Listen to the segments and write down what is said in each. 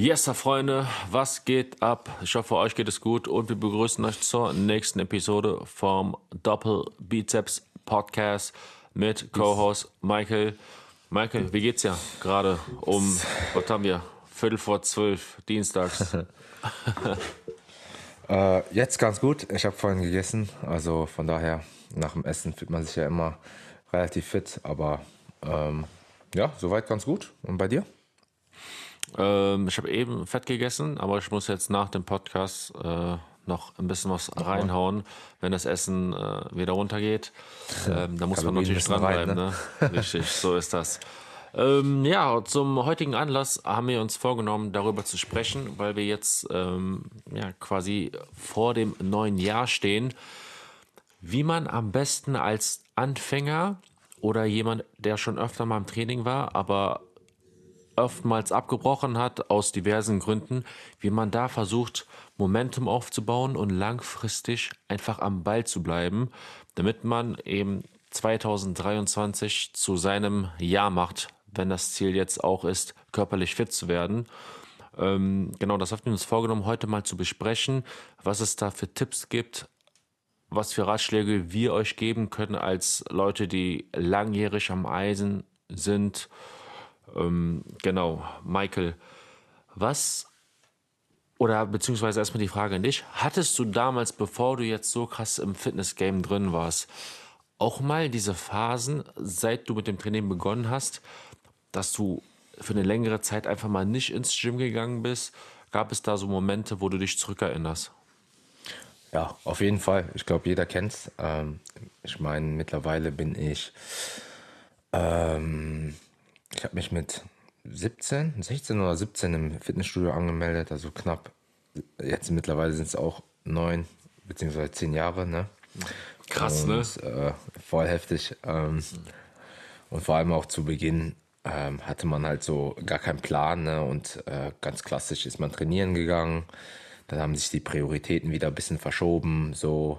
Yes, Freunde, was geht ab? Ich hoffe, euch geht es gut und wir begrüßen euch zur nächsten Episode vom Doppel-Bizeps Podcast mit Co-Host Michael. Michael, wie geht's ja gerade was haben wir? 11:45 dienstags. Jetzt ganz gut. Ich habe vorhin gegessen, also von daher, nach dem Essen fühlt man sich ja immer relativ fit, aber ja, soweit ganz gut. Und bei dir? Ich habe eben Fett gegessen, aber ich muss jetzt nach dem Podcast noch ein bisschen was reinhauen, wenn das Essen wieder runtergeht. Da muss man Kalorien natürlich müssen dranbleiben, rein, ne? Richtig, so ist das. Ja, zum heutigen Anlass haben wir uns vorgenommen, darüber zu sprechen, weil wir jetzt quasi vor dem neuen Jahr stehen, wie man am besten als Anfänger oder jemand, der schon öfter mal im Training war, aber oftmals abgebrochen hat aus diversen Gründen, wie man da versucht, Momentum aufzubauen und langfristig einfach am Ball zu bleiben, damit man eben 2023 zu seinem Jahr macht, wenn das Ziel jetzt auch ist, körperlich fit zu werden. Genau, das haben wir uns vorgenommen, heute mal zu besprechen, was es da für Tipps gibt, was für Ratschläge wir euch geben können als Leute, die langjährig am Eisen sind. Genau, Michael, beziehungsweise erstmal die Frage an dich, hattest du damals, bevor du jetzt so krass im Fitness-Game drin warst, auch mal diese Phasen, seit du mit dem Training begonnen hast, dass du für eine längere Zeit einfach mal nicht ins Gym gegangen bist? Gab es da so Momente, wo du dich zurückerinnerst? Ja, auf jeden Fall. Ich glaube, jeder kennt's. Ich meine, mittlerweile bin ich habe mich mit 16 oder 17 im Fitnessstudio angemeldet, also knapp. Jetzt mittlerweile sind es auch 9 beziehungsweise 10 Jahre, ne? Krass, ne? Und voll heftig. Und vor allem auch zu Beginn hatte man halt so gar keinen Plan, ne? Und ganz klassisch ist man trainieren gegangen. Dann haben sich die Prioritäten wieder ein bisschen verschoben. So.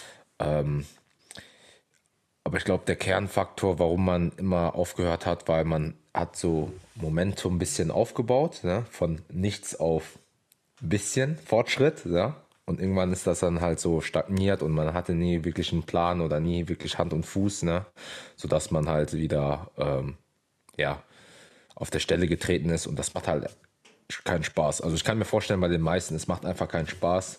Aber ich glaube, der Kernfaktor, warum man immer aufgehört hat, weil man hat so Momentum ein bisschen aufgebaut, ne? Von nichts auf bisschen Fortschritt, ja. Und irgendwann ist das dann halt so stagniert und man hatte nie wirklich einen Plan oder nie wirklich Hand und Fuß, ne? Sodass man halt wieder auf der Stelle getreten ist und das macht halt keinen Spaß. Also ich kann mir vorstellen, bei den meisten, es macht einfach keinen Spaß.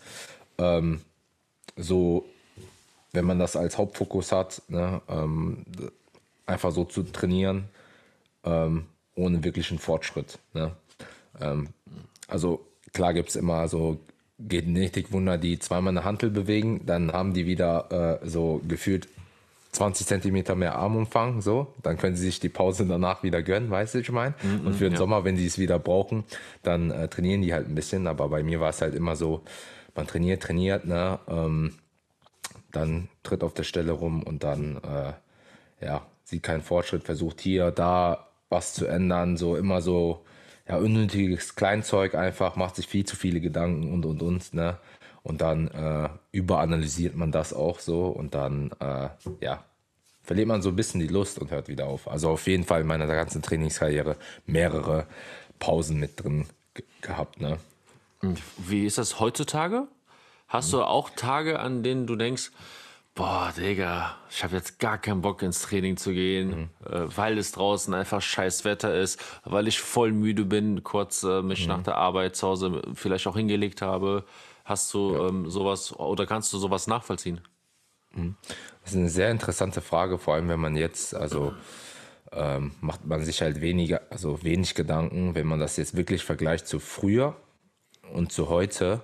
So, wenn man das als Hauptfokus hat, ne? Einfach so zu trainieren, ohne wirklichen Fortschritt, ne? Also klar gibt es immer so Genetik-Wunder, die zweimal eine Hantel bewegen, dann haben die wieder so gefühlt 20 Zentimeter mehr Armumfang, so, dann können sie sich die Pause danach wieder gönnen, weißt du, ich meine? Und für den Sommer, wenn sie es wieder brauchen, dann trainieren die halt ein bisschen, aber bei mir war es halt immer so, man trainiert, ne? Dann tritt auf der Stelle rum und dann sieht keinen Fortschritt, versucht hier, da was zu ändern, so immer so, ja, unnötiges Kleinzeug einfach, macht sich viel zu viele Gedanken und, ne? Und dann überanalysiert man das auch so und dann, verliert man so ein bisschen die Lust und hört wieder auf. Also auf jeden Fall in meiner ganzen Trainingskarriere mehrere Pausen mit drin gehabt, ne? Wie ist das heutzutage? Hast du auch Tage, an denen du denkst, boah, Digga, ich habe jetzt gar keinen Bock ins Training zu gehen, weil es draußen einfach scheiß Wetter ist, weil ich voll müde bin, kurz mich nach der Arbeit zu Hause vielleicht auch hingelegt habe. Hast du sowas oder kannst du sowas nachvollziehen? Das ist eine sehr interessante Frage, vor allem wenn man jetzt, also macht man sich halt wenig Gedanken, wenn man das jetzt wirklich vergleicht zu früher und zu heute.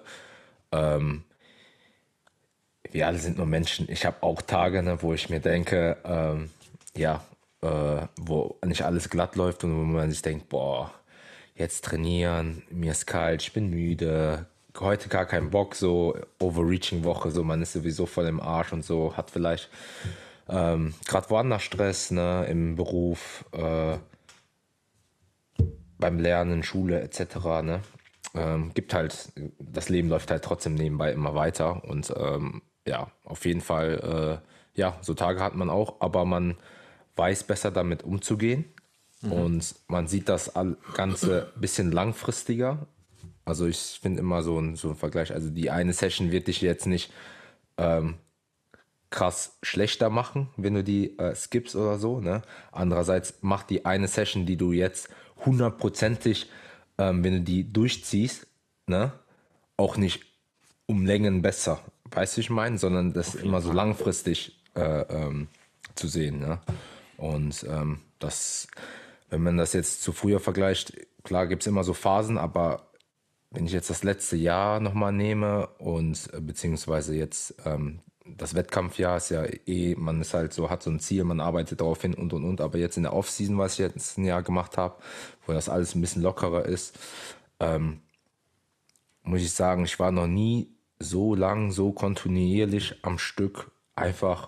Wir alle sind nur Menschen. Ich habe auch Tage, ne, wo ich mir denke, wo nicht alles glatt läuft und wo man sich denkt, boah, jetzt trainieren, mir ist kalt, ich bin müde, heute gar keinen Bock, so Overreaching-Woche, so man ist sowieso voll im Arsch und so, hat vielleicht gerade woanders Stress, ne, im Beruf, beim Lernen, Schule etc., ne. Gibt halt, das Leben läuft halt trotzdem nebenbei immer weiter und auf jeden Fall, so Tage hat man auch, aber man weiß besser damit umzugehen und man sieht das Ganze ein bisschen langfristiger Also ich finde immer so ein Vergleich, also die eine Session wird dich jetzt nicht krass schlechter machen, wenn du die skippst oder so. Ne? Andererseits macht die eine Session, die du jetzt hundertprozentig, wenn du die durchziehst, ne, auch nicht um Längen besser. Weißt du, wie ich meine? Sondern das Auf jeden immer so Fall. langfristig zu sehen. Ne? Und das, wenn man das jetzt zu früher vergleicht, klar gibt es immer so Phasen, aber wenn ich jetzt das letzte Jahr nochmal nehme und beziehungsweise jetzt das Wettkampfjahr ist ja eh, man ist halt so, hat so ein Ziel, man arbeitet darauf hin und. Aber jetzt in der Offseason, was ich jetzt ein Jahr gemacht habe, wo das alles ein bisschen lockerer ist, muss ich sagen, ich war noch nie so lang, so kontinuierlich am Stück einfach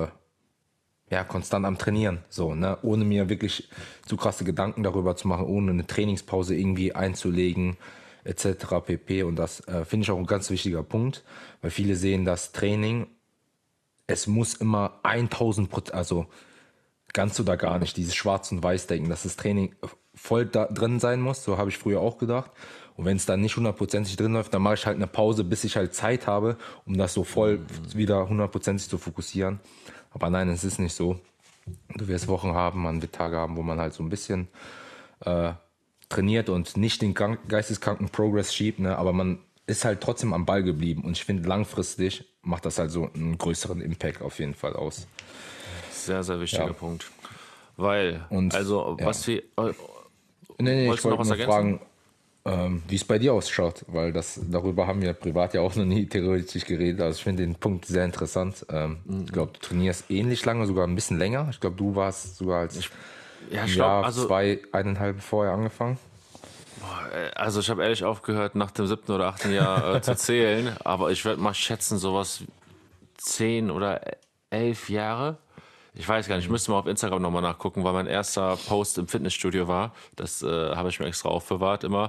ja, konstant am Trainieren, so, ne? Ohne mir wirklich zu krasse Gedanken darüber zu machen, ohne eine Trainingspause irgendwie einzulegen, etc. pp. Und das finde ich auch ein ganz wichtiger Punkt, weil viele sehen das Training, es muss immer 1000%, also ganz oder gar nicht, dieses Schwarz- und Weiß-Denken, dass das Training voll da drin sein muss, so habe ich früher auch gedacht. Und wenn es dann nicht hundertprozentig drin läuft, dann mache ich halt eine Pause, bis ich halt Zeit habe, um das so voll wieder hundertprozentig zu fokussieren. Aber nein, es ist nicht so. Du wirst Wochen haben, man wird Tage haben, wo man halt so ein bisschen trainiert und nicht den geisteskranken Progress schiebt, ne? Aber man ist halt trotzdem am Ball geblieben. Und ich finde, langfristig macht das halt so einen größeren Impact auf jeden Fall aus. Sehr, sehr Ja, wichtiger Punkt. Weil, und also, ja. was wir. Nee, ich Wolltest du noch wollte was nur ergänzen? fragen, wie es bei dir ausschaut, weil darüber haben wir privat ja auch noch nie theoretisch geredet. Also ich finde den Punkt sehr interessant. Ich glaube, du trainierst ähnlich lange, sogar ein bisschen länger. Ich glaube, du warst sogar als Ja, ein ich glaube, Jahr, zwei, 1,5 vorher angefangen. also ich habe ehrlich aufgehört, nach dem 7. oder 8. Jahr zu zählen, aber ich würde mal schätzen, sowas 10 oder 11 Jahre. Ich weiß gar nicht, ich müsste mal auf Instagram nochmal nachgucken, weil mein erster Post im Fitnessstudio war. Das habe ich mir extra aufbewahrt immer.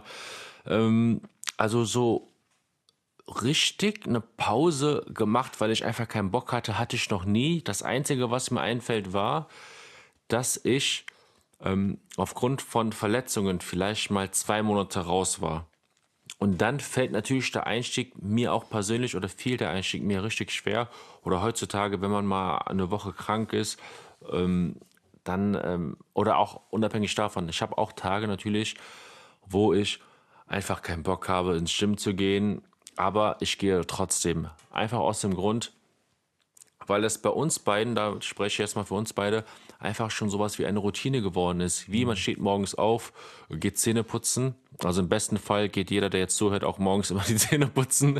Also so richtig eine Pause gemacht, weil ich einfach keinen Bock hatte, hatte ich noch nie. Das Einzige, was mir einfällt, war, dass ich aufgrund von Verletzungen vielleicht mal 2 Monate raus war. Und dann fällt natürlich der Einstieg mir auch persönlich oder fiel der Einstieg mir richtig schwer. Oder heutzutage, wenn man mal eine Woche krank ist, dann, oder auch unabhängig davon, ich habe auch Tage natürlich, wo ich einfach keinen Bock habe, ins Gym zu gehen, aber ich gehe trotzdem. Einfach aus dem Grund, weil es bei uns beiden, da spreche ich jetzt mal für uns beide, einfach schon sowas wie eine Routine geworden ist. Wie man steht morgens auf, geht Zähne putzen. Also im besten Fall geht jeder, der jetzt zuhört, auch morgens immer die Zähne putzen.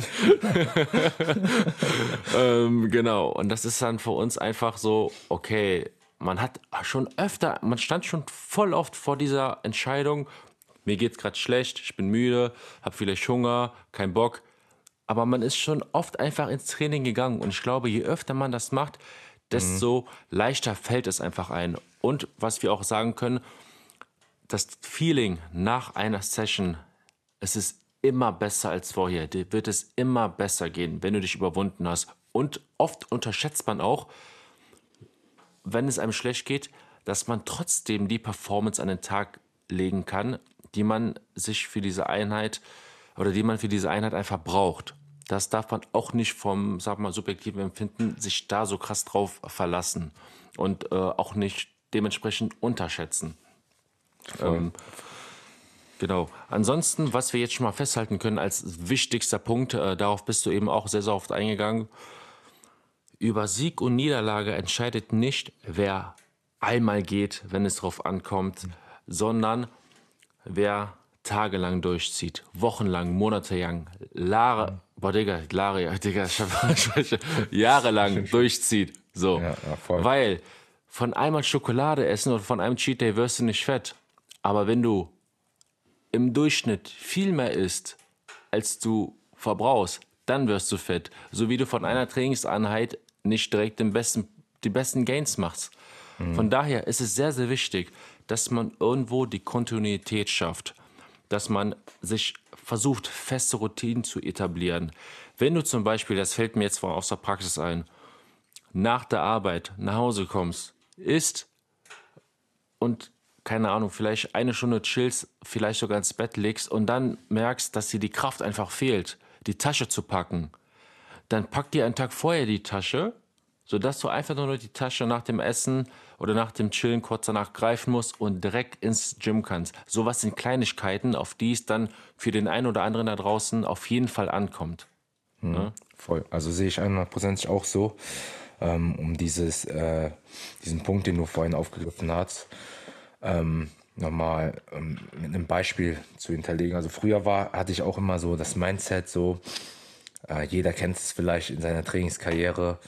Genau. Und das ist dann für uns einfach so, okay, man hat schon öfter, man stand schon voll oft vor dieser Entscheidung, mir geht's gerade schlecht, ich bin müde, habe vielleicht Hunger, kein Bock. Aber man ist schon oft einfach ins Training gegangen. Und ich glaube, je öfter man das macht, desto leichter fällt es einfach ein. Und was wir auch sagen können, das Feeling nach einer Session, es ist immer besser als vorher. Dir wird es immer besser gehen, wenn du dich überwunden hast. Und oft unterschätzt man auch, wenn es einem schlecht geht, dass man trotzdem die Performance an den Tag legen kann, die man sich für diese Einheit oder die man für diese Einheit einfach braucht. Das darf man auch nicht vom, sag mal, subjektiven Empfinden sich da so krass drauf verlassen und auch nicht dementsprechend unterschätzen. Voll. Genau. Ansonsten, was wir jetzt schon mal festhalten können als wichtigster Punkt, darauf bist du eben auch sehr, sehr oft eingegangen, über Sieg und Niederlage entscheidet nicht, wer einmal geht, wenn es drauf ankommt, sondern wer tagelang durchzieht, wochenlang, monatelang, Digga, jahrelang durchzieht. So. Ja, ja, voll. Weil von einmal Schokolade essen oder von einem Cheat Day wirst du nicht fett. Aber wenn du im Durchschnitt viel mehr isst, als du verbrauchst, dann wirst du fett. So wie du von einer Trainingseinheit nicht direkt die besten Gains machst. Von daher ist es sehr, sehr wichtig, dass man irgendwo die Kontinuität schafft. Dass man sich versucht, feste Routinen zu etablieren. Wenn du zum Beispiel, das fällt mir jetzt aus der Praxis ein, nach der Arbeit nach Hause kommst, isst und keine Ahnung, vielleicht eine Stunde chillst, vielleicht sogar ins Bett legst und dann merkst, dass dir die Kraft einfach fehlt, die Tasche zu packen, dann pack dir einen Tag vorher die Tasche, sodass du einfach nur die Tasche nach dem Essen oder nach dem Chillen kurz danach greifen musst und direkt ins Gym kannst. Sowas sind Kleinigkeiten, auf die es dann für den einen oder anderen da draußen auf jeden Fall ankommt. Ne? Voll. Also sehe ich 100% auch so. Um diesen Punkt, den du vorhin aufgegriffen hast, nochmal mit einem Beispiel zu hinterlegen. Also früher hatte ich auch immer so das Mindset so, jeder kennt es vielleicht in seiner Trainingskarriere.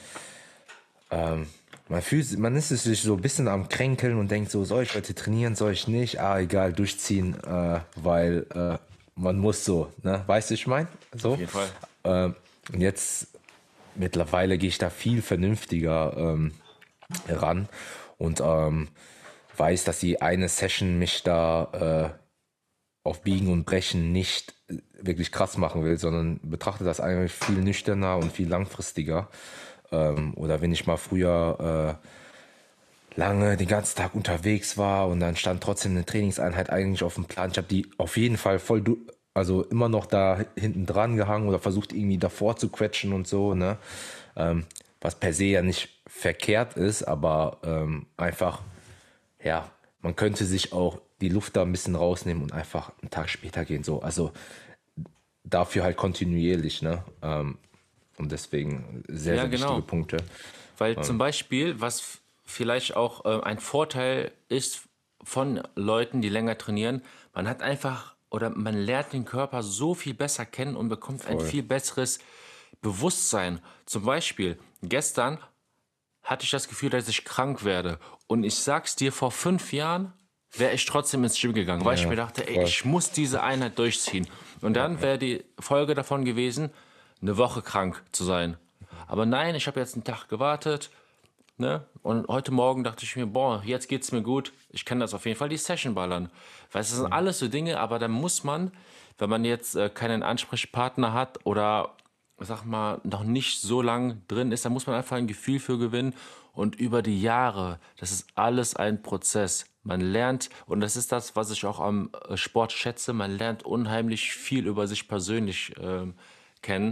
Man ist es sich so ein bisschen am Kränkeln und denkt so, soll ich heute trainieren, soll ich nicht? Ah, egal, durchziehen, weil man muss so, ne? Weißt du, ich meine? So. Auf jeden Fall. Und jetzt mittlerweile gehe ich da viel vernünftiger ran und weiß, dass die eine Session mich da auf Biegen und Brechen nicht wirklich krass machen will, sondern betrachte das eigentlich viel nüchterner und viel langfristiger. Oder wenn ich mal früher lange den ganzen Tag unterwegs war und dann stand trotzdem eine Trainingseinheit eigentlich auf dem Plan. Ich habe die auf jeden Fall also immer noch da hinten dran gehangen oder versucht irgendwie davor zu quetschen und so, ne? Was per se ja nicht verkehrt ist, aber einfach, ja, man könnte sich auch die Luft da ein bisschen rausnehmen und einfach einen Tag später gehen, so. Also dafür halt kontinuierlich, ne? Und deswegen sehr, Ja, sehr wichtige genau. Punkte. Weil zum Beispiel, was vielleicht auch ein Vorteil ist von Leuten, die länger trainieren, man hat einfach oder man lernt den Körper so viel besser kennen und bekommt ein viel besseres Bewusstsein. Zum Beispiel, gestern hatte ich das Gefühl, dass ich krank werde. Und ich sag's dir, vor 5 Jahren wäre ich trotzdem ins Gym gegangen, weil ich mir dachte, ey, voll. ich muss diese Einheit durchziehen. Und dann wäre die Folge davon gewesen, eine Woche krank zu sein. Aber nein, ich habe jetzt einen Tag gewartet. Ne? Und heute Morgen dachte ich mir, boah, jetzt geht's mir gut. Ich kann das auf jeden Fall die Session ballern. Weil es sind alles so Dinge, aber da muss man, wenn man jetzt keinen Ansprechpartner hat oder sag mal noch nicht so lang drin ist, da muss man einfach ein Gefühl für gewinnen. Und über die Jahre, das ist alles ein Prozess. Man lernt, und das ist das, was ich auch am Sport schätze, man lernt unheimlich viel über sich persönlich kennen.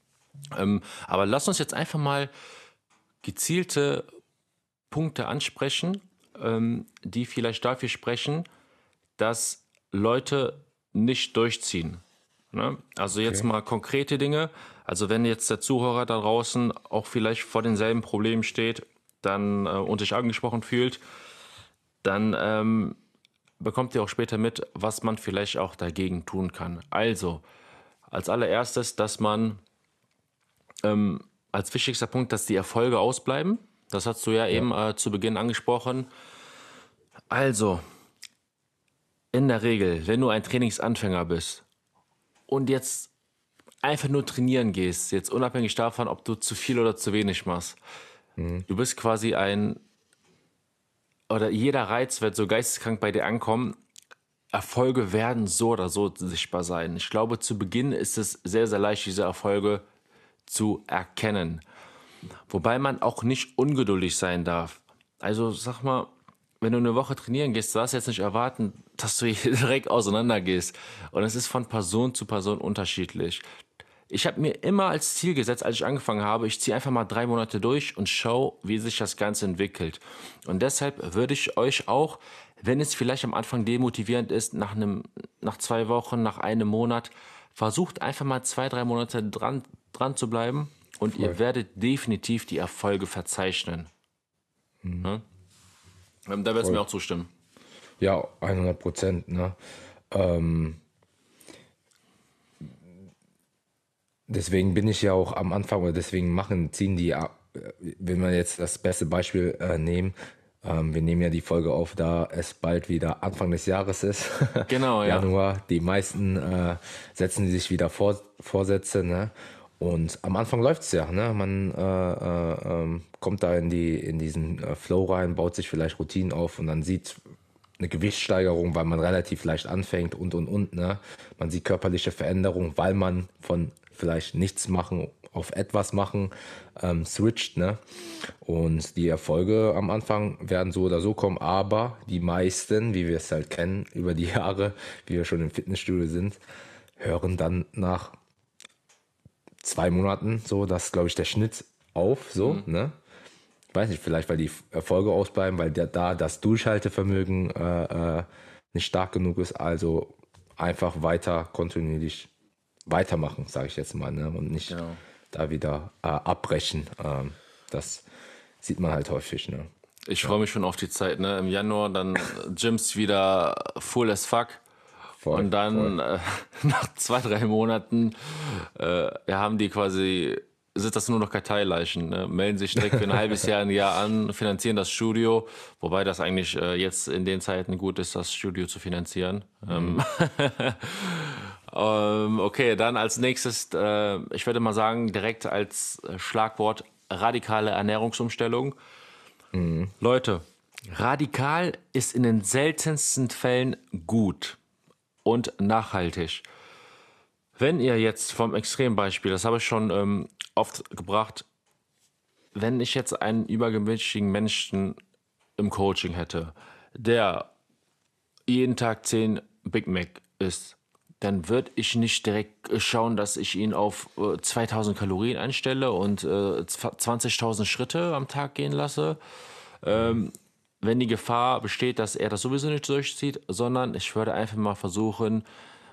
Aber lass uns jetzt einfach mal gezielte Punkte ansprechen, die vielleicht dafür sprechen, dass Leute nicht durchziehen. Ne? Also jetzt Okay. mal konkrete Dinge. Also wenn jetzt der Zuhörer da draußen auch vielleicht vor denselben Problemen steht, dann und sich angesprochen fühlt, dann bekommt ihr auch später mit, was man vielleicht auch dagegen tun kann. Also als allererstes, dass man als wichtigster Punkt, dass die Erfolge ausbleiben. Das hast du ja eben zu Beginn angesprochen. Also, in der Regel, wenn du ein Trainingsanfänger bist und jetzt einfach nur trainieren gehst, jetzt unabhängig davon, ob du zu viel oder zu wenig machst, du bist quasi oder jeder Reiz wird so geisteskrank bei dir ankommen. Erfolge werden so oder so sichtbar sein. Ich glaube, zu Beginn ist es sehr, sehr leicht, diese Erfolge zu erkennen. Wobei man auch nicht ungeduldig sein darf. Also sag mal, wenn du eine Woche trainieren gehst, darfst du jetzt nicht erwarten, dass du hier direkt auseinander gehst. Und es ist von Person zu Person unterschiedlich. Ich habe mir immer als Ziel gesetzt, als ich angefangen habe, ich ziehe einfach mal 3 Monate durch und schaue, wie sich das Ganze entwickelt. Und deshalb würde ich euch auch, wenn es vielleicht am Anfang demotivierend ist, nach 2 Wochen, nach einem Monat, versucht einfach mal 2, 3 Monate dran zu bleiben und ihr werdet definitiv die Erfolge verzeichnen. Ne? Da wirst du mir auch zustimmen. Ja, 100%. Ne? Deswegen bin ich ja auch am Anfang, oder deswegen ziehen die, wenn wir jetzt das beste Beispiel nehmen, wir nehmen ja die Folge auf, da es bald wieder Anfang des Jahres ist, Genau, ja. Januar, die meisten setzen die sich wieder Vorsätze, ne? Und am Anfang läuft es ja, ne? Man kommt da in diesen Flow rein, baut sich vielleicht Routinen auf und dann sieht eine Gewichtssteigerung, weil man relativ leicht anfängt und, ne? Man sieht körperliche Veränderungen, weil man von vielleicht nichts machen auf etwas machen, switcht, ne? Und die Erfolge am Anfang werden so oder so kommen, aber die meisten, wie wir es halt kennen, über die Jahre, wie wir schon im Fitnessstudio sind, hören dann nach 2 Monaten, so, das ist, glaube ich, der Schnitt auf, so, ne? Ich weiß nicht, vielleicht weil die Erfolge ausbleiben, weil da das Durchhaltevermögen nicht stark genug ist, also einfach weiter kontinuierlich weitermachen, sage ich jetzt mal, ne? Und nicht Genau. da wieder abbrechen. Das sieht man halt häufig, ne? Ich freue mich schon auf die Zeit, ne? Im Januar dann Gyms wieder full as fuck. Voll, Und dann voll. nach 2, 3 Monaten haben die quasi, sind das nur noch Karteileichen, ne? Melden sich direkt für ein halbes Jahr, ein Jahr an, finanzieren das Studio, wobei das eigentlich jetzt in den Zeiten gut ist, das Studio zu finanzieren. Okay, dann als nächstes, ich würde mal sagen, direkt als Schlagwort radikale Ernährungsumstellung. Leute, radikal ist in den seltensten Fällen gut und nachhaltig. Wenn ihr jetzt vom Extrembeispiel, das habe ich schon oft gebracht, wenn ich jetzt einen übergewichtigen Menschen im Coaching hätte, der jeden Tag 10 Big Mac isst, dann würde ich nicht direkt schauen, dass ich ihn auf 2000 Kalorien einstelle und 20.000 Schritte am Tag gehen lasse, wenn die Gefahr besteht, dass er das sowieso nicht durchzieht, sondern ich würde einfach mal versuchen,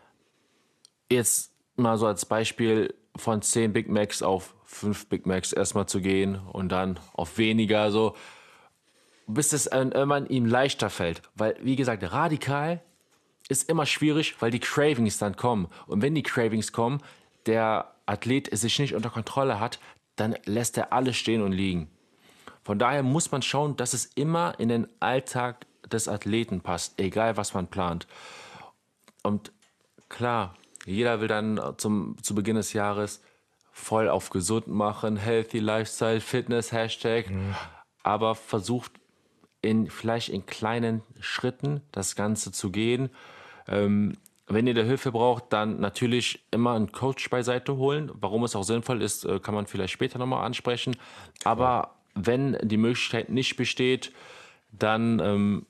jetzt mal so als Beispiel von 10 Big Macs auf 5 Big Macs erstmal zu gehen und dann auf weniger, so bis es irgendwann ihm leichter fällt. Weil, wie gesagt, radikal ist immer schwierig, weil die Cravings dann kommen. Und wenn die Cravings kommen, der Athlet es sich nicht unter Kontrolle hat, dann lässt er alles stehen und liegen. Von daher muss man schauen, dass es immer in den Alltag des Athleten passt, egal was man plant. Und klar, jeder will dann zu Beginn des Jahres voll auf gesund machen, Healthy Lifestyle, Fitness, Hashtag, aber versucht vielleicht in kleinen Schritten das Ganze zu gehen. Wenn ihr da Hilfe braucht, dann natürlich immer einen Coach beiseite holen. Warum es auch sinnvoll ist, kann man vielleicht später nochmal ansprechen. Aber wenn die Möglichkeit nicht besteht, dann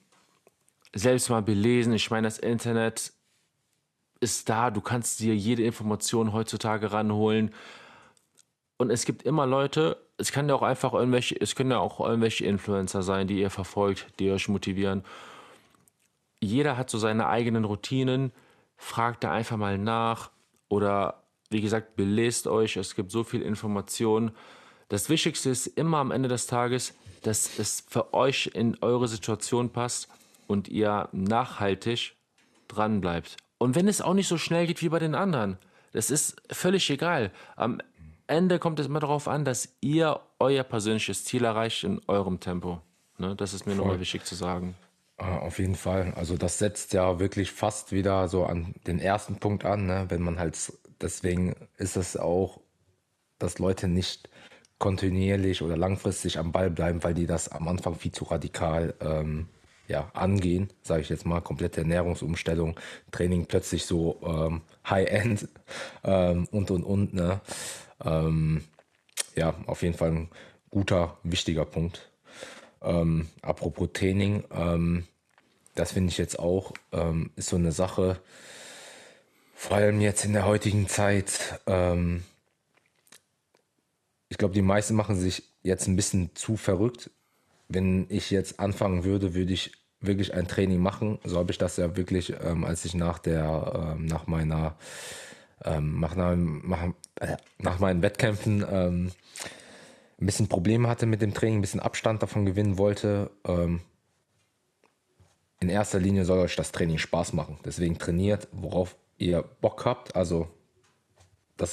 selbst mal belesen. Ich meine, das Internet ist da, du kannst dir jede Information heutzutage ranholen. Und es gibt immer Leute, es können ja auch irgendwelche Influencer sein, die ihr verfolgt, die euch motivieren. Jeder hat so seine eigenen Routinen, fragt da einfach mal nach oder wie gesagt, belest euch, es gibt so viel Information. Das Wichtigste ist immer am Ende des Tages, dass es für euch in eure Situation passt und ihr nachhaltig dran bleibt. Und wenn es auch nicht so schnell geht wie bei den anderen, das ist völlig egal. Am Ende kommt es immer darauf an, dass ihr euer persönliches Ziel erreicht in eurem Tempo. Ne, das ist mir nochmal Voll. wichtig zu sagen. Auf jeden Fall. Also das setzt ja wirklich fast wieder so an den ersten Punkt an, ne? Wenn man halt, deswegen ist es auch, dass Leute nicht kontinuierlich oder langfristig am Ball bleiben, weil die das am Anfang viel zu radikal ja, angehen, sage ich jetzt mal, komplette Ernährungsumstellung, Training plötzlich so High-End und, ne? Ja, auf jeden Fall ein guter, wichtiger Punkt. Apropos Training, das finde ich jetzt auch, ist so eine Sache, vor allem jetzt in der heutigen Zeit. Ich glaube, die meisten machen sich jetzt ein bisschen zu verrückt. Wenn ich jetzt anfangen würde, würde ich wirklich ein Training machen. So habe ich das ja wirklich, als ich nach meinen Wettkämpfen ein bisschen Probleme hatte mit dem Training, ein bisschen Abstand davon gewinnen wollte. In erster Linie soll euch das Training Spaß machen. Deswegen trainiert, worauf ihr Bock habt. Also, das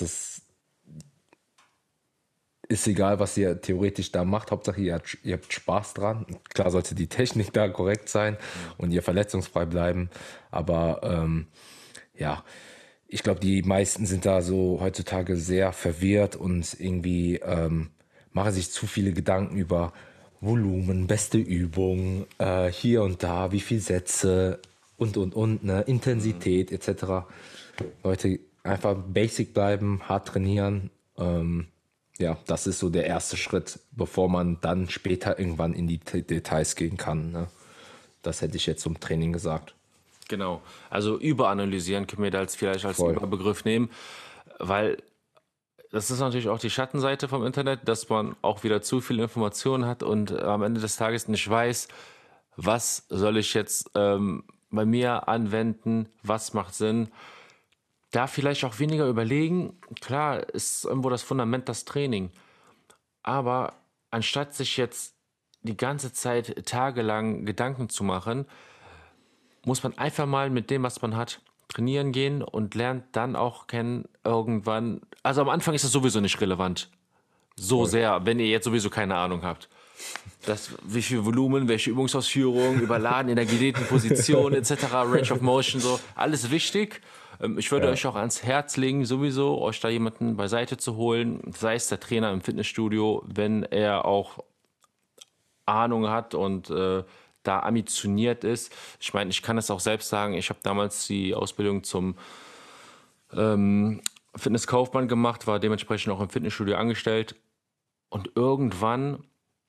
ist egal, was ihr theoretisch da macht. Hauptsache, ihr habt Spaß dran. Klar sollte die Technik da korrekt sein und ihr verletzungsfrei bleiben. Aber ja, ich glaube, die meisten sind da so heutzutage sehr verwirrt und irgendwie machen sich zu viele Gedanken über Volumen, beste Übung, hier und da, wie viel Sätze und, ne, Intensität etc. Leute, einfach basic bleiben, hart trainieren, Ja, das ist so der erste Schritt, bevor man dann später irgendwann in die Details gehen kann. Ne? Das hätte ich jetzt zum Training gesagt. Genau. Also überanalysieren können wir da jetzt vielleicht als Voll. Überbegriff nehmen, weil das ist natürlich auch die Schattenseite vom Internet, dass man auch wieder zu viel Informationen hat und am Ende des Tages nicht weiß, was soll ich jetzt bei mir anwenden, was macht Sinn. Da vielleicht auch weniger überlegen. Klar, ist irgendwo das Fundament das Training. Aber anstatt sich jetzt die ganze Zeit tagelang Gedanken zu machen, muss man einfach mal mit dem, was man hat, trainieren gehen und lernt dann auch kennen irgendwann. Also am Anfang ist das sowieso nicht relevant. So Voll. sehr, wenn ihr jetzt sowieso keine Ahnung habt. Wie viel Volumen, welche Übungsausführung, überladen in der gedehnten Position etc., Range of Motion, so, alles wichtig. Ich würde Ja. euch auch ans Herz legen, sowieso, euch da jemanden beiseite zu holen, sei es der Trainer im Fitnessstudio, wenn er auch Ahnung hat und da ambitioniert ist. Ich meine, ich kann das auch selbst sagen, ich habe damals die Ausbildung zum Fitnesskaufmann gemacht, war dementsprechend auch im Fitnessstudio angestellt und irgendwann,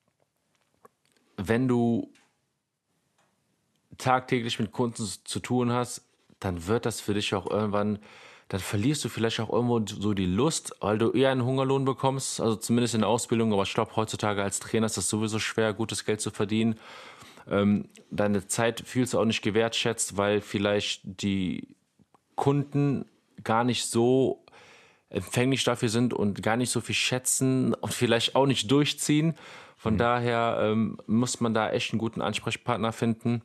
wenn du tagtäglich mit Kunden zu tun hast, dann wird das für dich auch irgendwann, dann verlierst du vielleicht auch irgendwo so die Lust, weil du eher einen Hungerlohn bekommst, also zumindest in der Ausbildung, aber ich glaube, heutzutage als Trainer ist das sowieso schwer, gutes Geld zu verdienen. Deine Zeit fühlst du auch nicht gewertschätzt, weil vielleicht die Kunden gar nicht so empfänglich dafür sind und gar nicht so viel schätzen und vielleicht auch nicht durchziehen. Von daher muss man da echt einen guten Ansprechpartner finden,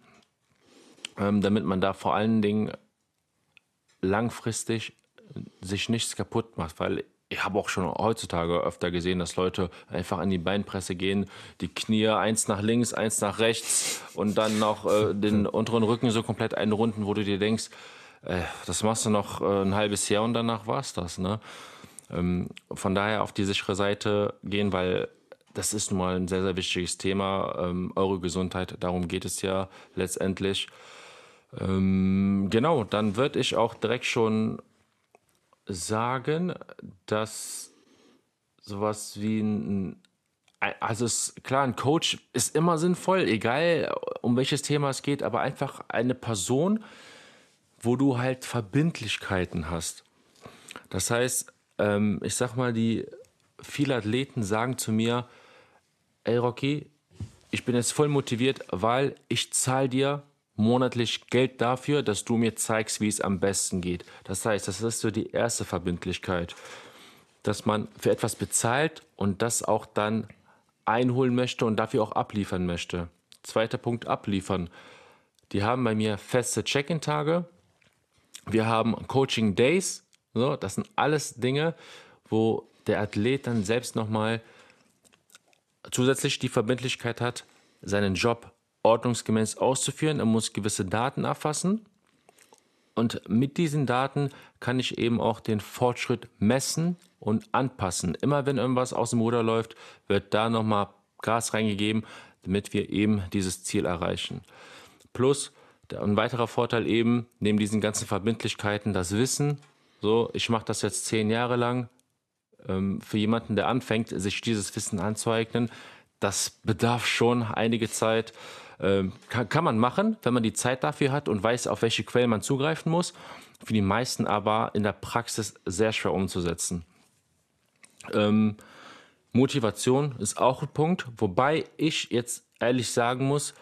damit man da vor allen Dingen langfristig sich nichts kaputt macht, weil ich habe auch schon heutzutage öfter gesehen, dass Leute einfach an die Beinpresse gehen, die Knie eins nach links, eins nach rechts und dann noch den unteren Rücken so komplett einrunden, wo du dir denkst, das machst du noch ein halbes Jahr und danach war's das. Ne? Von daher auf die sichere Seite gehen, weil das ist nun mal ein sehr, sehr wichtiges Thema. Eure Gesundheit, darum geht es ja letztendlich. Genau, dann würde ich auch direkt schon sagen, dass sowas wie also klar, ein Coach ist immer sinnvoll, egal um welches Thema es geht, aber einfach eine Person, wo du halt Verbindlichkeiten hast. Das heißt, ich sag mal, viele Athleten sagen zu mir, ey Rocky, ich bin jetzt voll motiviert, weil ich zahle dir monatlich Geld dafür, dass du mir zeigst, wie es am besten geht. Das heißt, das ist so die erste Verbindlichkeit, dass man für etwas bezahlt und das auch dann einholen möchte und dafür auch abliefern möchte. Zweiter Punkt, abliefern. Die haben bei mir feste Check-in-Tage. Wir haben Coaching Days. So, das sind alles Dinge, wo der Athlet dann selbst nochmal zusätzlich die Verbindlichkeit hat, seinen Job ordnungsgemäß auszuführen. Er muss gewisse Daten erfassen und mit diesen Daten kann ich eben auch den Fortschritt messen und anpassen. Immer wenn irgendwas aus dem Ruder läuft, wird da nochmal Gas reingegeben, damit wir eben dieses Ziel erreichen. Plus ein weiterer Vorteil eben, neben diesen ganzen Verbindlichkeiten, das Wissen. So, ich mache das jetzt 10 Jahre lang. Für jemanden, der anfängt, sich dieses Wissen anzueignen, das bedarf schon einige Zeit. Kann man machen, wenn man die Zeit dafür hat und weiß, auf welche Quellen man zugreifen muss. Für die meisten aber in der Praxis sehr schwer umzusetzen. Motivation ist auch ein Punkt, wobei ich jetzt ehrlich sagen muss,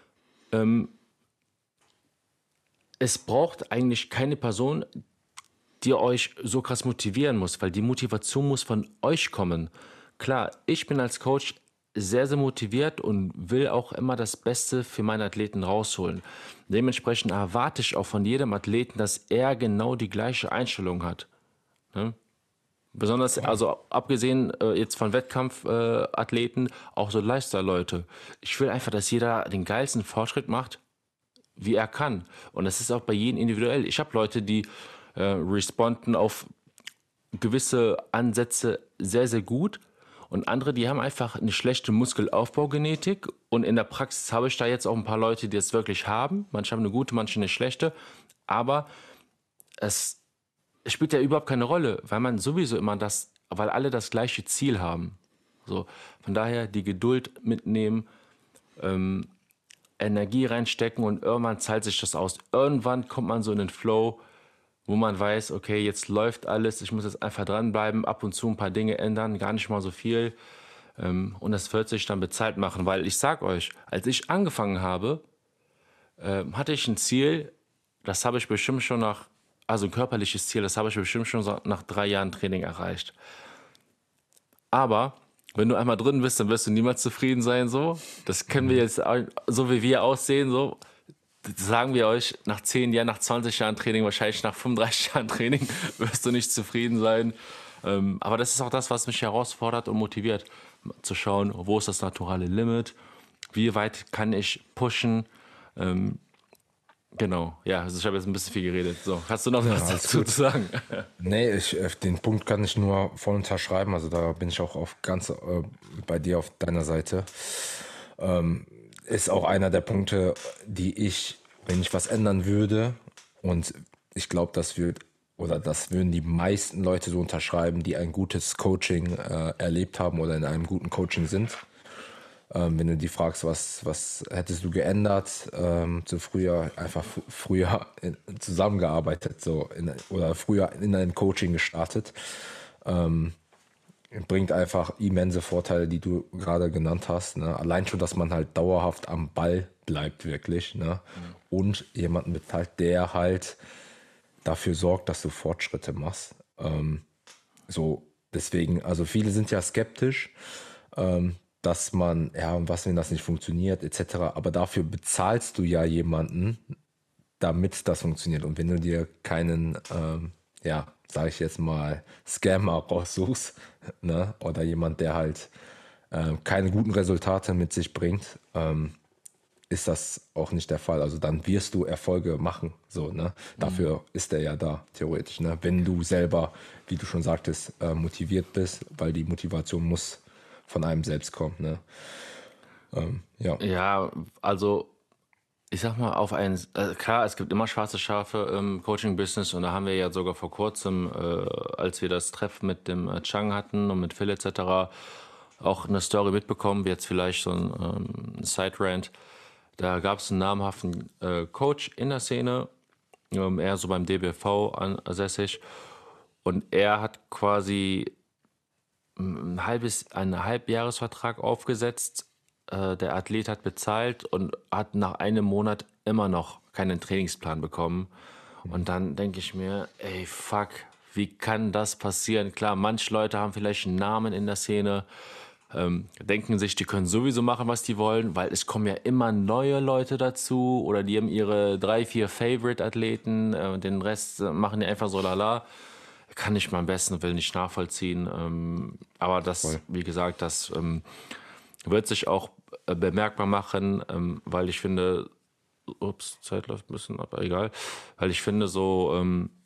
es braucht eigentlich keine Person, die euch so krass motivieren muss, weil die Motivation muss von euch kommen. Klar, ich bin als Coach sehr, sehr motiviert und will auch immer das Beste für meine Athleten rausholen. Dementsprechend erwarte ich auch von jedem Athleten, dass er genau die gleiche Einstellung hat. Ne? Besonders, also abgesehen jetzt von Wettkampfathleten, auch so Lifestyle-Leute. Ich will einfach, dass jeder den geilsten Fortschritt macht, wie er kann. Und das ist auch bei jedem individuell. Ich habe Leute, die responden auf gewisse Ansätze sehr, sehr gut. Und andere, die haben einfach eine schlechte Muskelaufbaugenetik. Und in der Praxis habe ich da jetzt auch ein paar Leute, die es wirklich haben. Manche haben eine gute, manche eine schlechte. Aber es spielt ja überhaupt keine Rolle, weil man sowieso immer das weil alle das gleiche Ziel haben. So, von daher die Geduld mitnehmen, Energie reinstecken und irgendwann zahlt sich das aus. Irgendwann kommt man so in den Flow, wo man weiß, okay, jetzt läuft alles, ich muss jetzt einfach dranbleiben, ab und zu ein paar Dinge ändern, gar nicht mal so viel. Und das wird sich dann bezahlt machen, weil ich sag euch, als ich angefangen habe, hatte ich ein Ziel, das habe ich bestimmt schon also ein körperliches Ziel, das habe ich bestimmt schon so nach 3 Jahren Training erreicht. Aber wenn du einmal drin bist, dann wirst du niemals zufrieden sein, so. Das können wir jetzt, so wie wir aussehen, so. Das sagen wir euch, nach 10 Jahren, nach 20 Jahren Training, wahrscheinlich nach 35 Jahren Training, wirst du nicht zufrieden sein. Aber das ist auch das, was mich herausfordert und motiviert, zu schauen, wo ist das naturale Limit, wie weit kann ich pushen. Genau, ja, also ich habe jetzt ein bisschen viel geredet. So, hast du noch was dazu zu sagen? Nee, den Punkt kann ich nur voll unterschreiben. Also da bin ich auch ganz bei dir auf deiner Seite. Ist auch einer der Punkte, wenn ich was ändern würde, und ich glaube, das würden die meisten Leute so unterschreiben, die ein gutes Coaching erlebt haben oder in einem guten Coaching sind. Wenn du die fragst, was hättest du geändert zu früher, einfach früher zusammengearbeitet oder früher in einem Coaching gestartet, bringt einfach immense Vorteile, die du gerade genannt hast. Ne? Allein schon, dass man halt dauerhaft am Ball bleibt, wirklich. Ne? Und jemanden bezahlt, der halt dafür sorgt, dass du Fortschritte machst. Deswegen, also viele sind ja skeptisch, dass man, und was, wenn das nicht funktioniert, etc. Aber dafür bezahlst du ja jemanden, damit das funktioniert. Und wenn du dir keinen, sage ich jetzt mal, Scammer raussuchst, ne? Oder jemand, der halt keine guten Resultate mit sich bringt, ist das auch nicht der Fall. Also dann wirst du Erfolge machen. So, ne? Dafür ist er ja da, theoretisch. Ne? Wenn du selber, wie du schon sagtest, motiviert bist, weil die Motivation muss von einem selbst kommen. Ne? Ja, also ich sag mal, klar, es gibt immer schwarze Schafe im Coaching-Business und da haben wir ja sogar vor kurzem, als wir das Treffen mit dem Chang hatten und mit Phil etc., auch eine Story mitbekommen, wie jetzt vielleicht so ein Side-Rant. Da gab es einen namhaften Coach in der Szene, eher so beim DBV ansässig, und er hat quasi einen Halbjahresvertrag aufgesetzt. Der Athlet hat bezahlt und hat nach einem Monat immer noch keinen Trainingsplan bekommen. Und dann denke ich mir, ey, fuck, wie kann das passieren? Klar, manche Leute haben vielleicht einen Namen in der Szene, denken sich, die können sowieso machen, was die wollen, weil es kommen ja immer neue Leute dazu oder die haben ihre 3, 4 Favorite-Athleten und den Rest machen die einfach so lala. Kann ich beim besten Willen nicht nachvollziehen. Aber das, wie gesagt, das wird sich auch bemerkbar machen, weil ich finde, Zeit läuft ein bisschen, aber egal, weil ich finde so,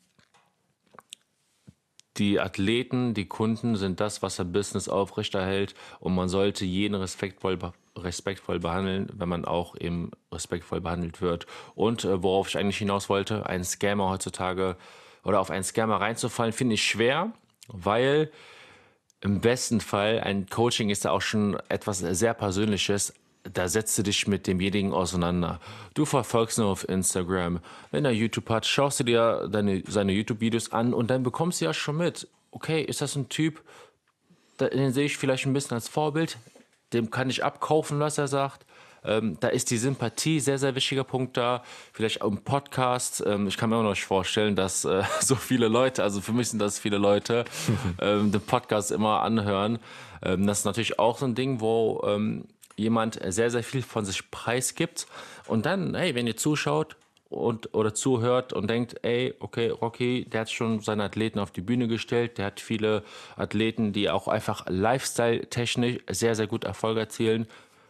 die Athleten, die Kunden sind das, was ein Business aufrechterhält, und man sollte jeden respektvoll behandeln, wenn man auch eben respektvoll behandelt wird. Und worauf ich eigentlich hinaus wollte, ein Scammer heutzutage oder auf einen Scammer reinzufallen, finde ich schwer, weil im besten Fall ein Coaching ist da auch schon etwas sehr Persönliches. Da setzt du dich mit demjenigen auseinander. Du verfolgst ihn auf Instagram. Wenn er YouTube hat, schaust du dir seine YouTube-Videos an und dann bekommst du ja schon mit, okay, ist das ein Typ, den sehe ich vielleicht ein bisschen als Vorbild, dem kann ich abkaufen, was er sagt. Da ist die Sympathie sehr, sehr wichtiger Punkt da. Vielleicht auch im Podcast. Ich kann mir auch noch nicht vorstellen, dass so viele Leute, also für mich sind das viele Leute, den Podcast immer anhören. Das ist natürlich auch so ein Ding, wo jemand sehr, sehr viel von sich preisgibt. Und dann, hey, wenn ihr zuschaut oder zuhört und denkt, ey, okay, Rocky, der hat schon seine Athleten auf die Bühne gestellt, der hat viele Athleten, die auch einfach lifestyle-technisch sehr, sehr gut Erfolg erzielen,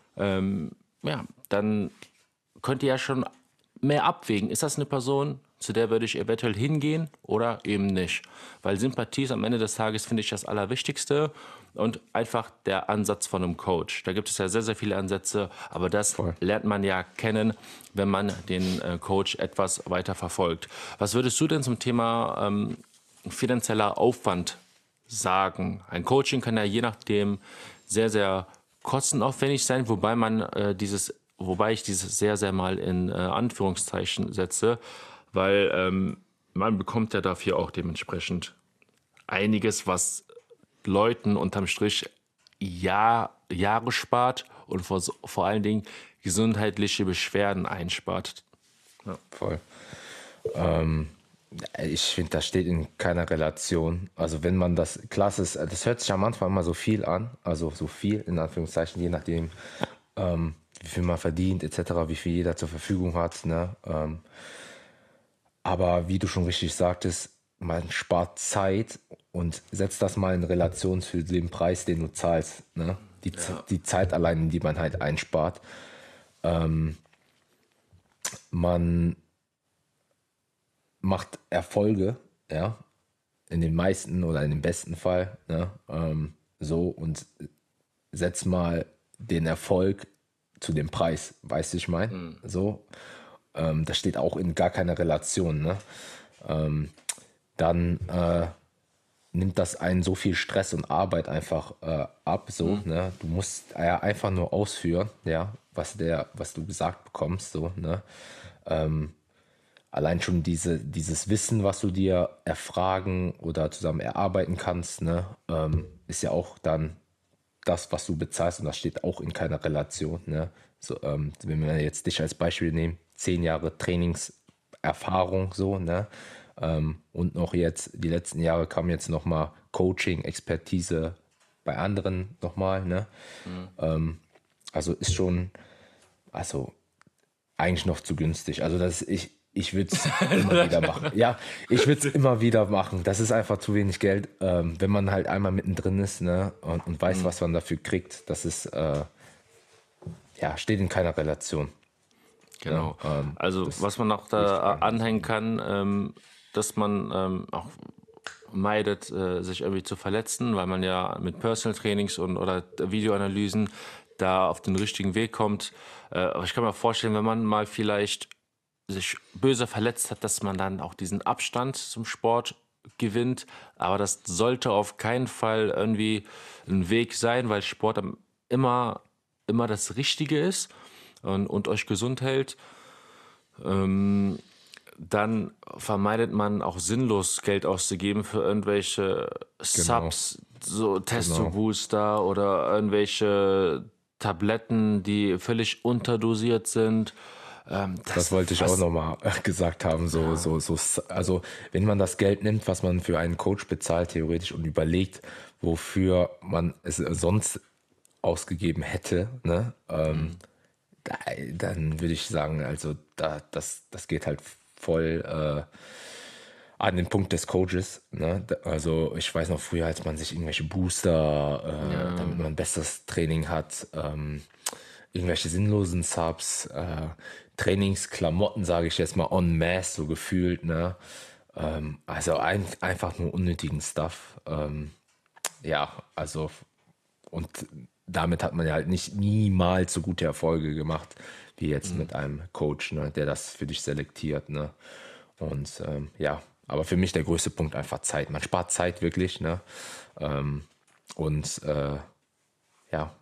dann könnt ihr ja schon mehr abwägen. Ist das eine Person, zu der würde ich eventuell hingehen oder eben nicht? Weil Sympathie ist am Ende des Tages, finde ich, das Allerwichtigste, und einfach der Ansatz von einem Coach. Da gibt es ja sehr, sehr viele Ansätze, aber das lernt man ja kennen, wenn man den Coach etwas weiter verfolgt. Was würdest du denn zum Thema finanzieller Aufwand sagen? Ein Coaching kann ja je nachdem sehr, sehr kostenaufwendig sein, wobei ich dieses sehr, sehr mal in Anführungszeichen setze, weil man bekommt ja dafür auch dementsprechend einiges, was Leuten unterm Strich Jahre spart und vor allen Dingen gesundheitliche Beschwerden einspart. Voll. Ich finde, das steht in keiner Relation. Also wenn man das, klasse ist, das hört sich am Anfang immer so viel an, also so viel in Anführungszeichen, je nachdem, wie viel man verdient etc., wie viel jeder zur Verfügung hat. Ne? Aber wie du schon richtig sagtest, man spart Zeit und setzt das mal in Relation zu dem Preis, den du zahlst. Ne? Die Zeit allein, die man halt einspart. Man macht Erfolge, ja, in den meisten oder in dem besten Fall, ne, so und setz mal den Erfolg zu dem Preis, weißt du, ich meine, so, das steht auch in gar keiner Relation, ne, dann nimmt das einen so viel Stress und Arbeit einfach ab, so, ne, du musst ja einfach nur ausführen, ja, was du gesagt bekommst, so, ne, allein schon dieses Wissen, was du dir erfragen oder zusammen erarbeiten kannst, ne, ist ja auch dann das, was du bezahlst und das steht auch in keiner Relation. Ne? So, wenn wir jetzt dich als Beispiel nehmen, 10 Jahre Trainingserfahrung so, ne? Und noch jetzt, die letzten Jahre kam jetzt nochmal Coaching, Expertise bei anderen nochmal, ne? Also ist schon, also eigentlich noch zu günstig. Also ich würde es immer wieder machen. Ja, ich würde es immer wieder machen. Das ist einfach zu wenig Geld, wenn man halt einmal mittendrin ist, ne, und weiß, was man dafür kriegt. Das ist, ja, steht in keiner Relation. Genau. Ja, Also das was man noch will ich da gerne anhängen kann, dass man auch meidet, sich irgendwie zu verletzen, weil man ja mit Personal Trainings oder Videoanalysen da auf den richtigen Weg kommt. Aber ich kann mir vorstellen, wenn man mal vielleicht sich böse verletzt hat, dass man dann auch diesen Abstand zum Sport gewinnt. Aber das sollte auf keinen Fall irgendwie ein Weg sein, weil Sport immer das Richtige ist und euch gesund hält. Dann vermeidet man auch sinnlos Geld auszugeben für irgendwelche Genau, Subs, so genau. Testo-Booster oder irgendwelche Tabletten, die völlig unterdosiert sind. Das wollte ich auch nochmal gesagt haben. Also wenn man das Geld nimmt, was man für einen Coach bezahlt, theoretisch, und überlegt, wofür man es sonst ausgegeben hätte, ne, dann würde ich sagen, also das geht halt voll an den Punkt des Coaches. Ne? Also ich weiß noch früher, als man sich irgendwelche Booster, damit man ein besseres Training hat, irgendwelche sinnlosen Subs, Trainingsklamotten, sage ich jetzt mal, en masse, so gefühlt. Ne? Also einfach nur unnötigen Stuff. Ja, also und damit hat man ja halt nicht niemals so gute Erfolge gemacht wie jetzt mit einem Coach, ne, der das für dich selektiert. Ne? Und ja, aber für mich der größte Punkt einfach Zeit. Man spart Zeit wirklich. Ne? Und ja,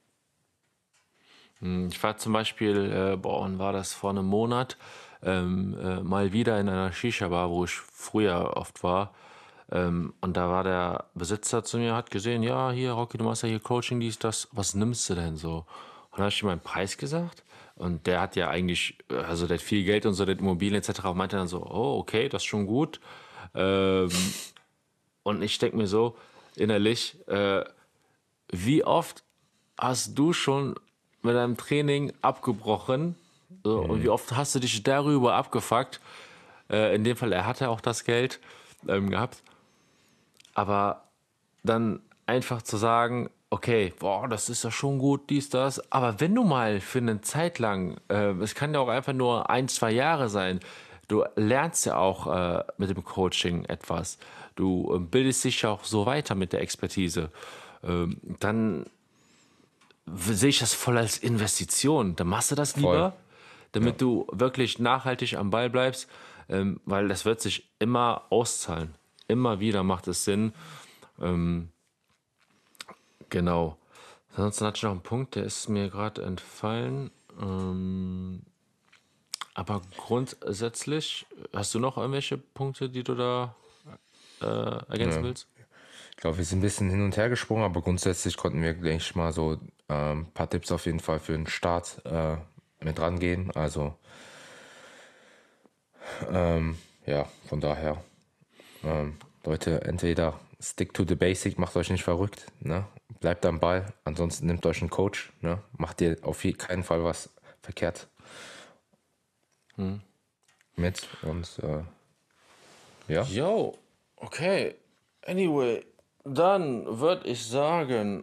Ich war zum Beispiel, wann war das, vor einem Monat, mal wieder in einer Shisha-Bar, wo ich früher oft war. Und da war der Besitzer zu mir, hat gesehen, ja, hier, Rocky, du machst ja hier Coaching, dies, das, was nimmst du denn so? Und dann habe ich ihm meinen Preis gesagt. Und der hat ja eigentlich, also der hat viel Geld und so, der hat Immobilien etc. Und meinte dann so, oh, okay, das ist schon gut. Und ich denke mir so innerlich, wie oft hast du schon mit deinem Training abgebrochen? So, und wie oft hast du dich darüber abgefuckt? In dem Fall, er hatte auch das Geld gehabt. Aber dann einfach zu sagen, okay, boah, das ist ja schon gut, dies, das. Aber wenn du mal für eine Zeit lang, es kann ja auch einfach nur 1, 2 Jahre sein, du lernst ja auch mit dem Coaching etwas. Du bildest dich ja auch so weiter mit der Expertise. Dann sehe ich das voll als Investition. Dann machst du das voll. lieber, Ja, damit du wirklich nachhaltig am Ball bleibst, weil das wird sich immer auszahlen. Immer wieder macht es Sinn. Ähm, genau. Ansonsten hatte ich noch einen Punkt, der ist mir gerade entfallen. Aber grundsätzlich, hast du noch irgendwelche Punkte, die du da ergänzen Ja. willst? Ich glaube, wir sind ein bisschen hin und her gesprungen, aber grundsätzlich konnten wir, denke ich mal, so ein paar Tipps auf jeden Fall für den Start mit rangehen. Also ja, von daher, Leute, entweder stick to the basic, macht euch nicht verrückt, ne? Bleibt am Ball, ansonsten nehmt euch einen Coach, ne? Macht ihr auf keinen Fall was verkehrt mit und ja, Jo, okay. Anyway, dann würde ich sagen,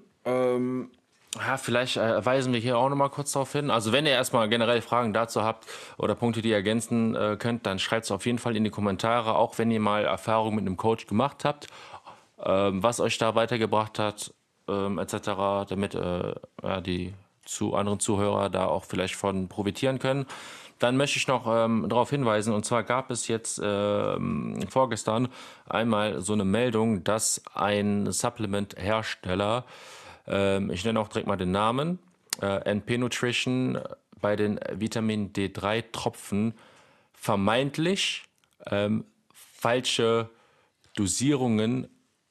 ja, vielleicht weisen wir hier auch nochmal kurz darauf hin. Also wenn ihr erstmal generell Fragen dazu habt oder Punkte, die ihr ergänzen könnt, dann schreibt es auf jeden Fall in die Kommentare, auch wenn ihr mal Erfahrung mit einem Coach gemacht habt, was euch da weitergebracht hat, etc., damit ja, die anderen Zuhörer da auch vielleicht von profitieren können. Dann möchte ich noch darauf hinweisen, und zwar gab es jetzt vorgestern einmal so eine Meldung, dass ein Supplement-Hersteller, ich nenne auch direkt mal den Namen, NP Nutrition bei den Vitamin D3-Tropfen vermeintlich falsche Dosierungen,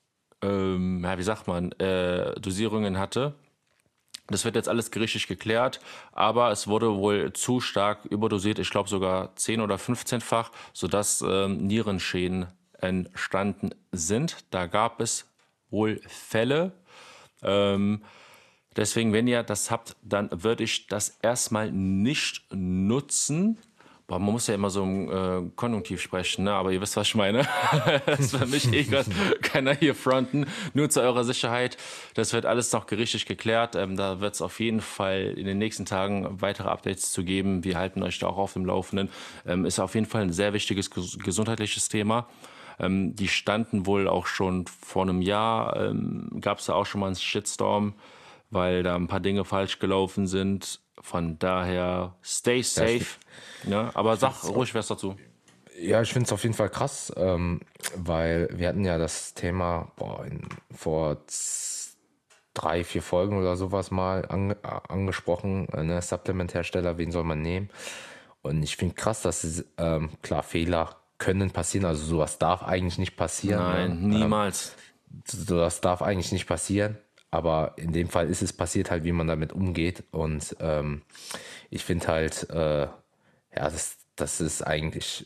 ja, wie sagt man, Dosierungen hatte. Das wird jetzt alles gerichtlich geklärt, aber es wurde wohl zu stark überdosiert, ich glaube sogar 10- oder 15-fach, sodass Nierenschäden entstanden sind. Da gab es wohl Fälle. Ähm, Deswegen, wenn ihr das habt, dann würde ich das erstmal nicht nutzen. Boah, man muss ja immer so im Konjunktiv sprechen, ne? Aber ihr wisst, was ich meine. Das wird mich eh grad keiner hier fronten. Nur zu eurer Sicherheit. Das wird alles noch gerichtlich geklärt. Da wird es auf jeden Fall in den nächsten Tagen weitere Updates zu geben. Wir halten euch da auch auf dem Laufenden. Ist auf jeden Fall ein sehr wichtiges gesundheitliches Thema. Die standen wohl auch schon vor einem Jahr, gab es da auch schon mal einen Shitstorm, weil da ein paar Dinge falsch gelaufen sind. Von daher, stay ja safe. Ja, aber sag ruhig was dazu. ja, ich finde es auf jeden Fall krass, weil wir hatten ja das Thema vor 3, 4 Folgen oder sowas mal angesprochen, ne? Supplement-Hersteller, wen soll man nehmen? Und ich finde krass, dass klar, Fehler können passieren, also sowas darf eigentlich nicht passieren, ne? Nein, niemals. Sowas darf eigentlich nicht passieren, aber in dem Fall ist es passiert halt, wie man damit umgeht und ich finde halt, ja, das ist eigentlich,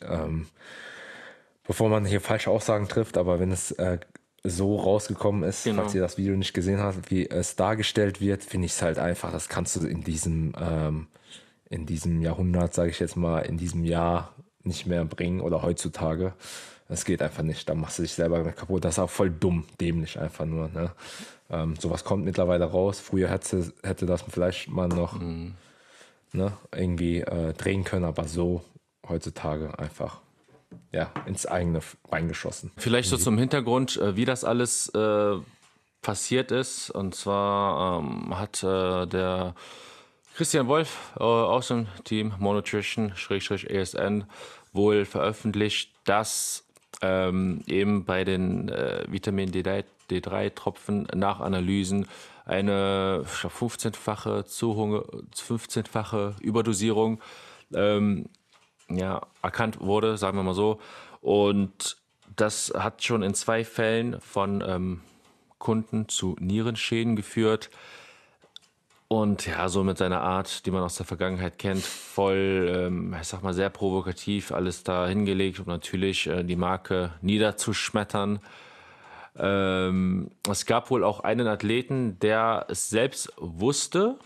bevor man hier falsche Aussagen trifft, aber wenn es so rausgekommen ist, Genau. falls ihr das Video nicht gesehen habt, wie es dargestellt wird, finde ich es halt einfach, das kannst du in diesem Jahrhundert, sage ich jetzt mal, in diesem Jahr nicht mehr bringen oder heutzutage. Das geht einfach nicht, da machst du dich selber kaputt. Das ist auch voll dumm, dämlich einfach nur. Ne? Sowas kommt mittlerweile raus. Früher hätte das vielleicht mal noch ne, irgendwie drehen können, aber so heutzutage einfach ja, ins eigene Bein geschossen. Vielleicht so zum Hintergrund, wie das alles passiert ist. Und zwar hat der Christian Wolf aus dem Team Monotrition-ESN wohl veröffentlicht, dass eben bei den Vitamin D3-Tropfen nach Analysen eine 15-fache Überdosierung ja, erkannt wurde, sagen wir mal so. Und das hat schon in 2 Fällen von Kunden zu Nierenschäden geführt. Und ja, so mit seiner Art, die man aus der Vergangenheit kennt, voll, ich sag mal, sehr provokativ alles da hingelegt, um natürlich die Marke niederzuschmettern. Es gab wohl auch einen Athleten, der es selbst wusste,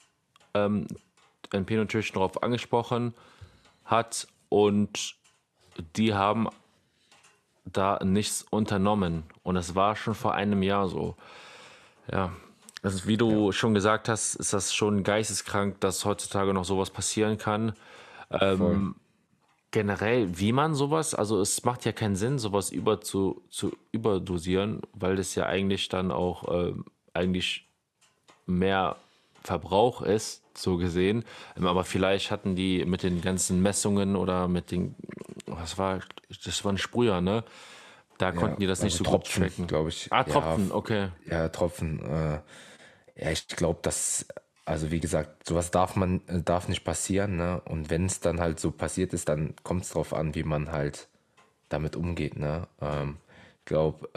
NP Nutrition darauf angesprochen hat und die haben da nichts unternommen. Und es war schon vor einem Jahr so. Ja, also wie du schon gesagt hast, ist das schon geisteskrank, dass heutzutage noch sowas passieren kann. Voll. Generell, wie man sowas, also es macht ja keinen Sinn, sowas zu überdosieren, weil das ja eigentlich dann auch eigentlich mehr Verbrauch ist, so gesehen. Aber vielleicht hatten die mit den ganzen Messungen oder mit den, das war ein Sprüher, ne? Da konnten die das nicht so gut Tropfen, tracken. glaube ich. Tropfen, okay. Ja, Tropfen. Ja, ich glaube, also wie gesagt, sowas darf nicht passieren, ne? Und wenn es dann halt so passiert ist, dann kommt es drauf an, wie man halt damit umgeht, ne? Ich glaube,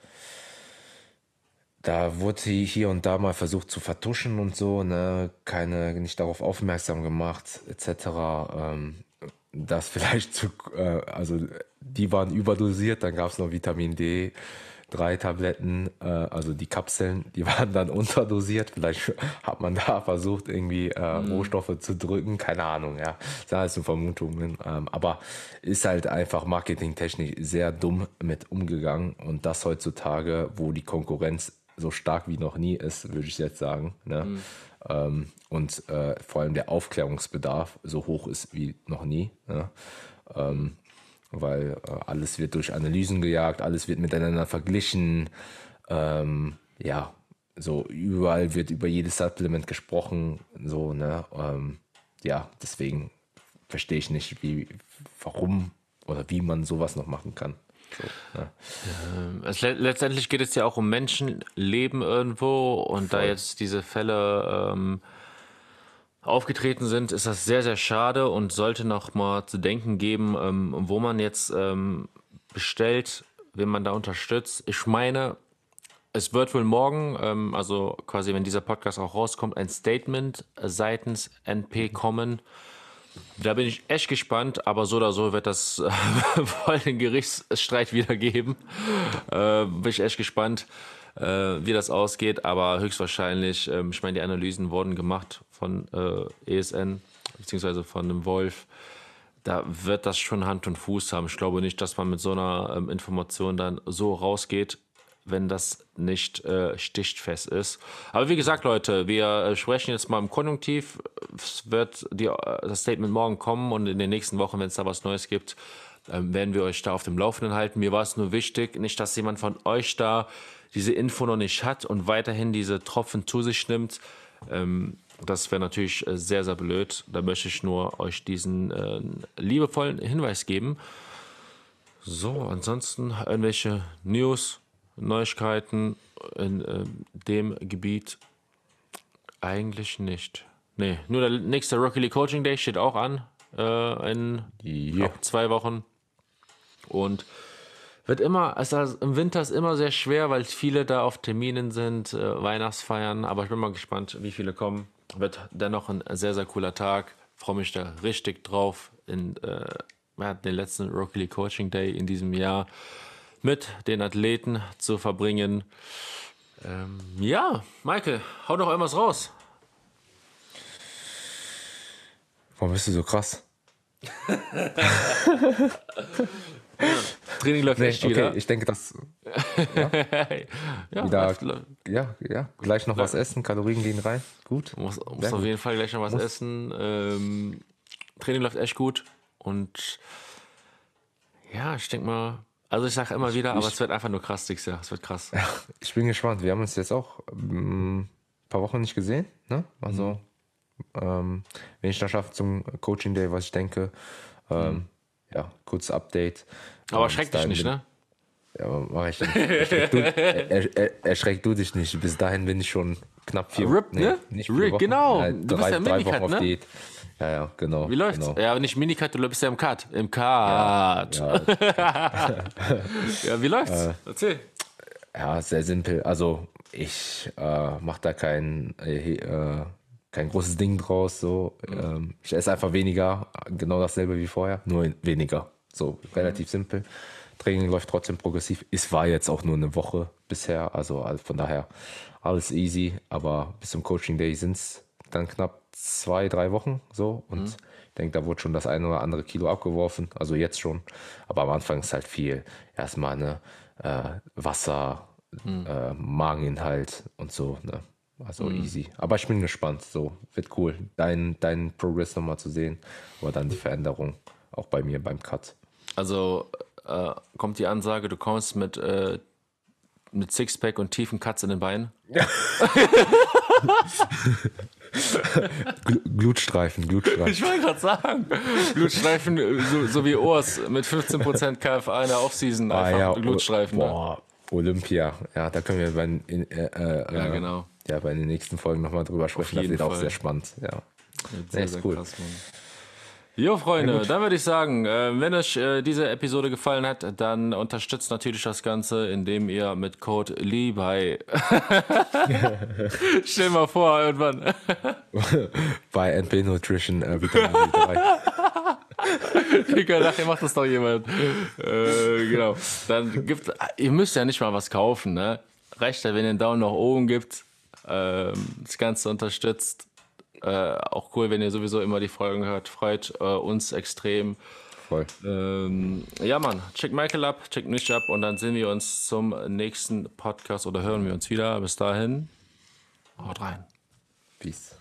da wurde hier und da mal versucht zu vertuschen und so, ne? Nicht darauf aufmerksam gemacht, etc. Das vielleicht also die waren überdosiert, dann gab es noch Vitamin D, 3 Tabletten, also die Kapseln, die waren dann unterdosiert. Vielleicht hat man da versucht, irgendwie Rohstoffe zu drücken, keine Ahnung, ja. Das sind alles so Vermutungen. Aber ist halt einfach marketingtechnisch sehr dumm mit umgegangen und das heutzutage, wo die Konkurrenz so stark wie noch nie ist, würde ich jetzt sagen. Ne? Und vor allem der Aufklärungsbedarf so hoch ist wie noch nie. Ne? Weil alles wird durch Analysen gejagt, alles wird miteinander verglichen. Ja, so überall wird über jedes Supplement gesprochen. So, ne? Ja, deswegen verstehe ich nicht, warum oder wie man sowas noch machen kann. So, ne? Letztendlich geht es ja auch um Menschenleben irgendwo und da jetzt diese Fälle aufgetreten sind, ist das sehr, sehr schade und sollte noch mal zu denken geben, wo man jetzt bestellt, wen man da unterstützt. Ich meine, es wird wohl morgen, also quasi wenn dieser Podcast auch rauskommt, ein Statement seitens NP kommen. Da bin ich echt gespannt, aber so oder so wird das voll den Gerichtsstreit wieder geben. Bin ich echt gespannt, wie das ausgeht, aber höchstwahrscheinlich, ich meine, die Analysen wurden gemacht von ESN, beziehungsweise von dem Wolf. Da wird das schon Hand und Fuß haben. Ich glaube nicht, dass man mit so einer Information dann so rausgeht, wenn das nicht stichfest ist. Aber wie gesagt, Leute, wir sprechen jetzt mal im Konjunktiv. Es wird das Statement morgen kommen und in den nächsten Wochen, wenn es da was Neues gibt, werden wir euch da auf dem Laufenden halten. Mir war es nur wichtig, nicht, dass jemand von euch da diese Info noch nicht hat und weiterhin diese Tropfen zu sich nimmt. Das wäre natürlich sehr, sehr blöd. Da möchte ich nur euch diesen liebevollen Hinweis geben. So, ansonsten irgendwelche News, Neuigkeiten in dem Gebiet eigentlich nicht. Nee, nur der nächste Rocket League Coaching Day steht auch an in 2 Wochen. Und wird immer, also im Winter ist immer sehr schwer, weil viele da auf Terminen sind, Weihnachtsfeiern, aber ich bin mal gespannt, wie viele kommen. Wird dennoch ein sehr, sehr cooler Tag. Freue mich da richtig drauf, den letzten Rocket League Coaching Day in diesem Jahr mit den Athleten zu verbringen. Ja, Michael, hau doch irgendwas raus. Warum bist du so krass? Training läuft echt wieder. Okay, ich denke, dass gleich noch was essen, Kalorien gehen rein. Gut. Muss auf jeden Fall gleich noch was essen. Training läuft echt gut und ja, ich denke mal, also ich sage immer wieder, aber es wird einfach nur krass, Dix, es wird krass. Ja, ich bin gespannt. Wir haben uns jetzt auch ein paar Wochen nicht gesehen, ne? Also wenn ich dann schaffe zum Coaching Day, was ich denke, ja, kurzes Update. Aber erschreck dich nicht, ne? Ja, mach ich nicht. Erschreck du dich nicht. Bis dahin bin ich schon knapp 4 Wochen. Ne? Nicht 4 Wochen. Genau. Du bist ja 3 Wochen Minicut, auf ne? Diät. Ja, genau. Wie läuft's? Genau. Ja, nicht Minicut, du bist ja im Cut. Im Cut. Ja, wie läuft's? Erzähl. Ja, sehr simpel. Also ich mache da kein großes Ding draus. So. Ich esse einfach weniger, genau dasselbe wie vorher, nur weniger. So, relativ simpel. Training läuft trotzdem progressiv. Es war jetzt auch nur eine Woche bisher, also von daher alles easy. Aber bis zum Coaching Day sind es dann knapp 2-3 Wochen so. Und ich denke, da wurde schon das eine oder andere Kilo abgeworfen, also jetzt schon. Aber am Anfang ist halt viel. Erstmal Wasser, Mageninhalt und so. Ne? Also easy. Aber ich bin gespannt. So, wird cool, deinen Progress nochmal zu sehen. Aber dann die Veränderung auch bei mir beim Cut. Also kommt die Ansage, du kommst mit Sixpack und tiefen Cuts in den Beinen? Ja. Glutstreifen. Ich wollte gerade sagen, Glutstreifen, so wie Urs mit 15% KFA in der Offseason, einfach Glutstreifen. Boah, Olympia. Ja, da können wir genau. Ja, bei den nächsten Folgen nochmal drüber sprechen. Das wird auch sehr spannend. Ja. Sehr, sehr cool. Krass, Mann. Jo, Freunde, dann würde ich sagen, wenn euch diese Episode gefallen hat, dann unterstützt natürlich das Ganze, indem ihr mit Code LEBEI stell mal vor, irgendwann. Bei NP Nutrition Vitamin D3. Digga, nachher macht das doch jemand. Genau. Dann ihr müsst ja nicht mal was kaufen, ne? Reicht ja, wenn ihr einen Daumen nach oben gibt, das Ganze unterstützt. Auch cool, wenn ihr sowieso immer die Folgen hört. Freut uns extrem. Voll. Ja, Mann. Check Michael ab, check mich ab und dann sehen wir uns zum nächsten Podcast oder hören wir uns wieder. Bis dahin. Haut rein. Peace.